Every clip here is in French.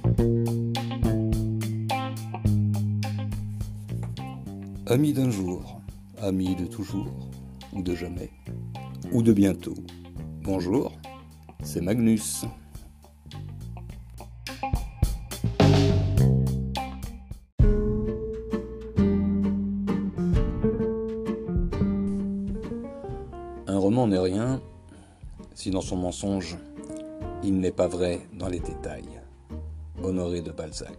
Amis d'un jour, amis de toujours, ou de jamais, ou de bientôt. Bonjour, c'est Magnus. Un roman n'est rien si dans son mensonge, il n'est pas vrai dans les détails. Honoré de Balzac.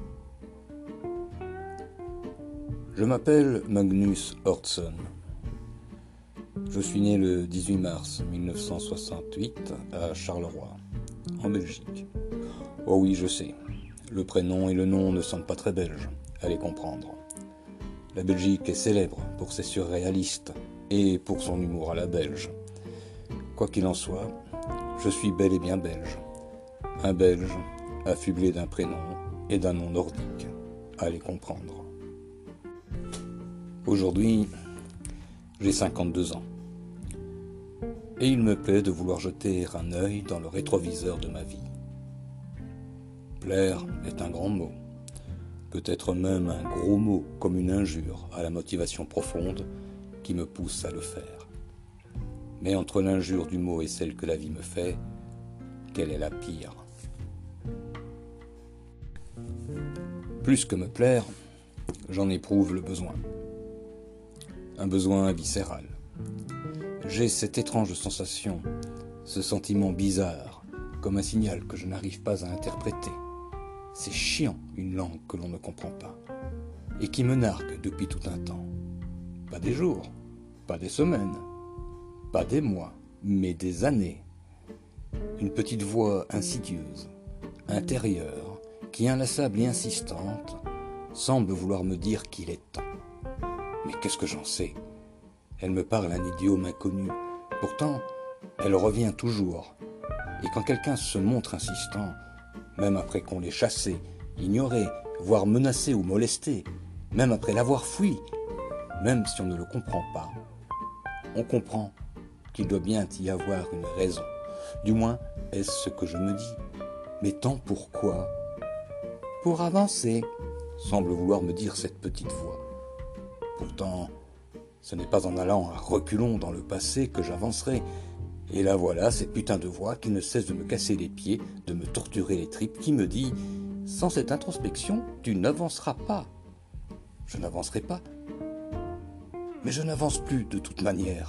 Je m'appelle Magnus Hortsson. Je suis né le 18 mars 1968 à Charleroi, en Belgique. Oh oui, je sais, le prénom et le nom ne sont pas très belges, allez comprendre. La Belgique est célèbre pour ses surréalistes et pour son humour à la belge. Quoi qu'il en soit, je suis bel et bien belge. Un belge affublé d'un prénom et d'un nom nordique, allez comprendre. Aujourd'hui, j'ai 52 ans. Et il me plaît de vouloir jeter un œil dans le rétroviseur de ma vie. Plaire est un grand mot, peut-être même un gros mot comme une injure à la motivation profonde qui me pousse à le faire. Mais entre l'injure du mot et celle que la vie me fait, quelle est la pire ? Plus que me plaire, j'en éprouve le besoin. Un besoin viscéral. J'ai cette étrange sensation, ce sentiment bizarre, comme un signal que je n'arrive pas à interpréter. C'est chiant, une langue que l'on ne comprend pas, et qui me nargue depuis tout un temps. Pas des jours, pas des semaines, pas des mois, mais des années. Une petite voix insidieuse, intérieure, qui inlassable et insistante, semble vouloir me dire qu'il est temps. Mais qu'est-ce que j'en sais ? Elle me parle un idiome inconnu. Pourtant, elle revient toujours. Et quand quelqu'un se montre insistant, même après qu'on l'ait chassé, ignoré, voire menacé ou molesté, même après l'avoir fui, même si on ne le comprend pas, on comprend qu'il doit bien y avoir une raison. Du moins, est-ce ce que je me dis. Mais tant pourquoi ? Pour avancer, semble vouloir me dire cette petite voix. Pourtant, ce n'est pas en allant à reculons dans le passé que j'avancerai. Et là voilà, cette putain de voix qui ne cesse de me casser les pieds, de me torturer les tripes, qui me dit « Sans cette introspection, tu n'avanceras pas. » Je n'avancerai pas. Mais je n'avance plus de toute manière.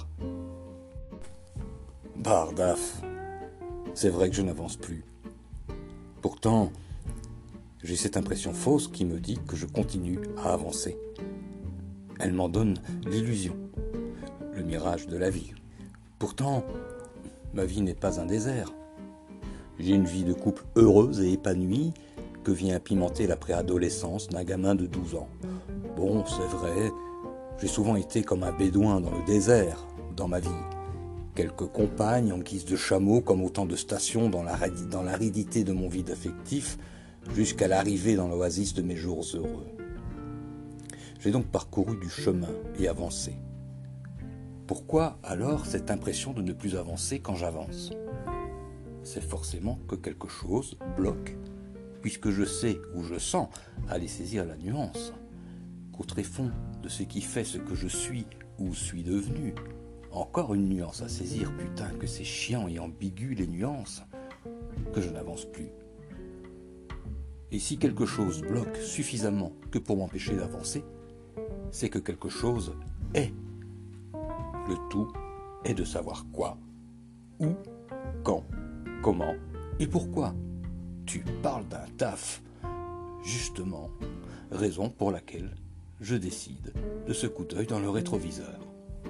Bardaf. C'est vrai que je n'avance plus. Pourtant, j'ai cette impression fausse qui me dit que je continue à avancer. Elle m'en donne l'illusion, le mirage de la vie. Pourtant, ma vie n'est pas un désert. J'ai une vie de couple heureuse et épanouie que vient pimenter la préadolescence d'un gamin de 12 ans. Bon, c'est vrai, j'ai souvent été comme un bédouin dans le désert, dans ma vie. Quelques compagnes en guise de chameau, comme autant de stations dans l'aridité de mon vide affectif, jusqu'à l'arrivée dans l'oasis de mes jours heureux. J'ai donc parcouru du chemin et avancé. Pourquoi alors cette impression de ne plus avancer quand j'avance ? C'est forcément que quelque chose bloque, puisque je sais ou je sens aller saisir la nuance, qu'au tréfonds de ce qui fait ce que je suis ou suis devenu, encore une nuance à saisir, putain que c'est chiant et ambigu les nuances, que je n'avance plus. Et si quelque chose bloque suffisamment que pour m'empêcher d'avancer, c'est que quelque chose est. Le tout est de savoir quoi, où, quand, comment et pourquoi. Tu parles d'un taf. Justement, raison pour laquelle je décide de ce coup d'œil dans le rétroviseur.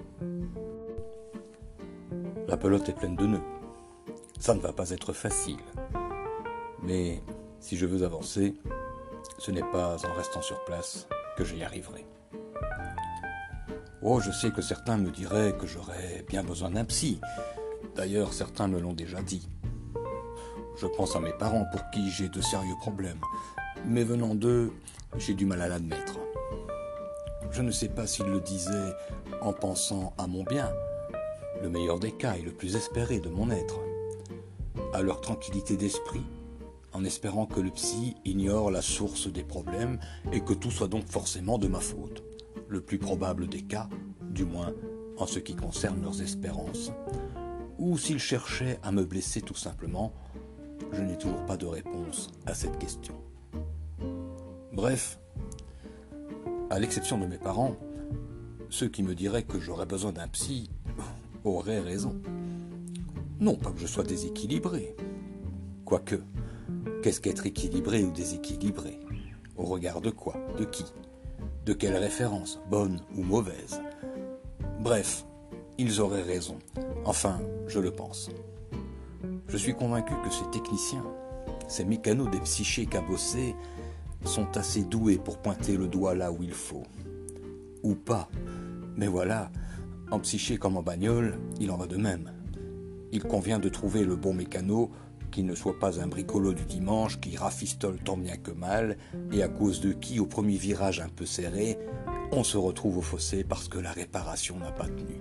La pelote est pleine de nœuds. Ça ne va pas être facile. Mais si je veux avancer, ce n'est pas en restant sur place que j'y arriverai. Oh, je sais que certains me diraient que j'aurais bien besoin d'un psy. D'ailleurs, certains me l'ont déjà dit. Je pense à mes parents pour qui j'ai de sérieux problèmes. Mais venant d'eux, j'ai du mal à l'admettre. Je ne sais pas s'ils le disaient en pensant à mon bien, le meilleur des cas et le plus espéré de mon être, à leur tranquillité d'esprit, en espérant que le psy ignore la source des problèmes et que tout soit donc forcément de ma faute. Le plus probable des cas, du moins en ce qui concerne leurs espérances. Ou s'ils cherchaient à me blesser tout simplement, je n'ai toujours pas de réponse à cette question. Bref, à l'exception de mes parents, ceux qui me diraient que j'aurais besoin d'un psy auraient raison. Non pas que je sois déséquilibré. Quoique, qu'est-ce qu'être équilibré ou déséquilibré? Au regard de quoi? De qui? De quelle référence, bonne ou mauvaise? Bref, ils auraient raison. Enfin, je le pense. Je suis convaincu que ces techniciens, ces mécanos des psychés cabossés, sont assez doués pour pointer le doigt là où il faut. Ou pas. Mais voilà, en psyché comme en bagnole, il en va de même. Il convient de trouver le bon mécano, qui ne soit pas un bricolo du dimanche qui rafistole tant bien que mal, et à cause de qui, au premier virage un peu serré, on se retrouve au fossé parce que la réparation n'a pas tenu.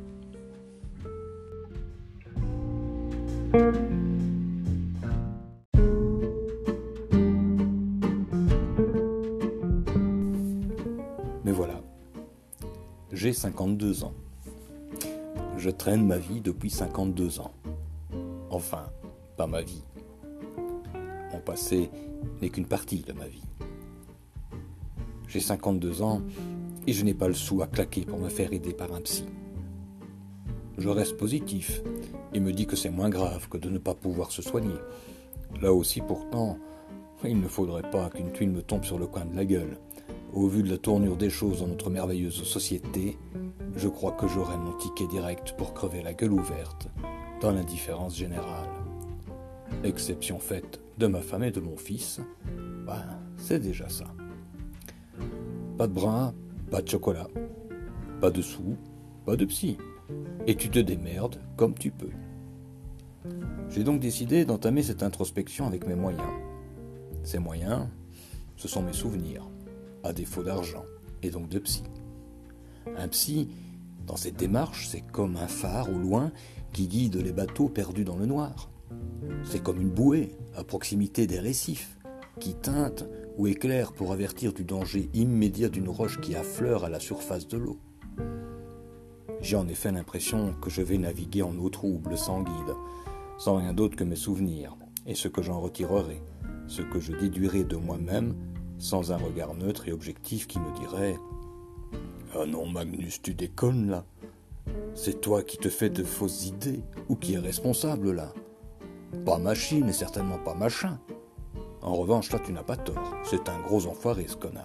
Mais voilà, j'ai 52 ans. Je traîne ma vie depuis 52 ans. Enfin, pas ma vie. Mon passé n'est qu'une partie de ma vie. J'ai 52 ans et je n'ai pas le sou à claquer pour me faire aider par un psy. Je reste positif et me dis que c'est moins grave que de ne pas pouvoir se soigner. Là aussi pourtant, il ne faudrait pas qu'une tuile me tombe sur le coin de la gueule. Au vu de la tournure des choses dans notre merveilleuse société, je crois que j'aurai mon ticket direct pour crever la gueule ouverte, dans l'indifférence générale. Exception faite de ma femme et de mon fils, c'est déjà ça. Pas de bras, pas de chocolat, pas de sous, pas de psy. Et tu te démerdes comme tu peux. J'ai donc décidé d'entamer cette introspection avec mes moyens. Ces moyens, ce sont mes souvenirs, à défaut d'argent, et donc de psy. Un psy, dans cette démarche, c'est comme un phare au loin qui guide les bateaux perdus dans le noir. C'est comme une bouée à proximité des récifs qui teinte ou éclaire pour avertir du danger immédiat d'une roche qui affleure à la surface de l'eau. J'ai en effet l'impression que je vais naviguer en eau trouble, sans guide, sans rien d'autre que mes souvenirs, et ce que j'en retirerai, ce que je déduirai de moi-même, sans un regard neutre et objectif qui me dirait « Ah non, Magnus, tu déconnes là. C'est toi qui te fais de fausses idées, ou qui est responsable là. Pas machine et certainement pas machin. En revanche, là tu n'as pas tort, c'est un gros enfoiré ce connard. »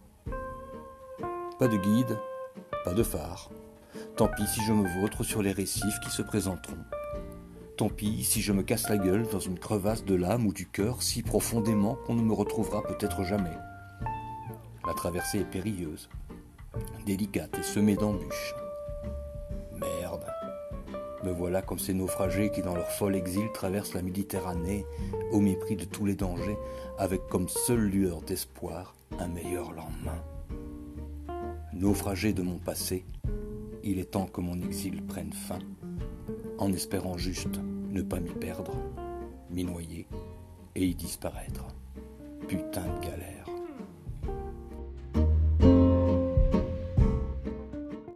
Pas de guide, pas de phare. Tant pis si je me vautre sur les récifs qui se présenteront. Tant pis si je me casse la gueule dans une crevasse de l'âme ou du cœur si profondément qu'on ne me retrouvera peut-être jamais. La traversée est périlleuse, délicate et semée d'embûches. Merde, me voilà comme ces naufragés qui dans leur fol exil traversent la Méditerranée au mépris de tous les dangers, avec comme seule lueur d'espoir un meilleur lendemain. Naufragé de mon passé, il est temps que mon exil prenne fin, en espérant juste ne pas m'y perdre, m'y noyer et y disparaître. Putain de galère.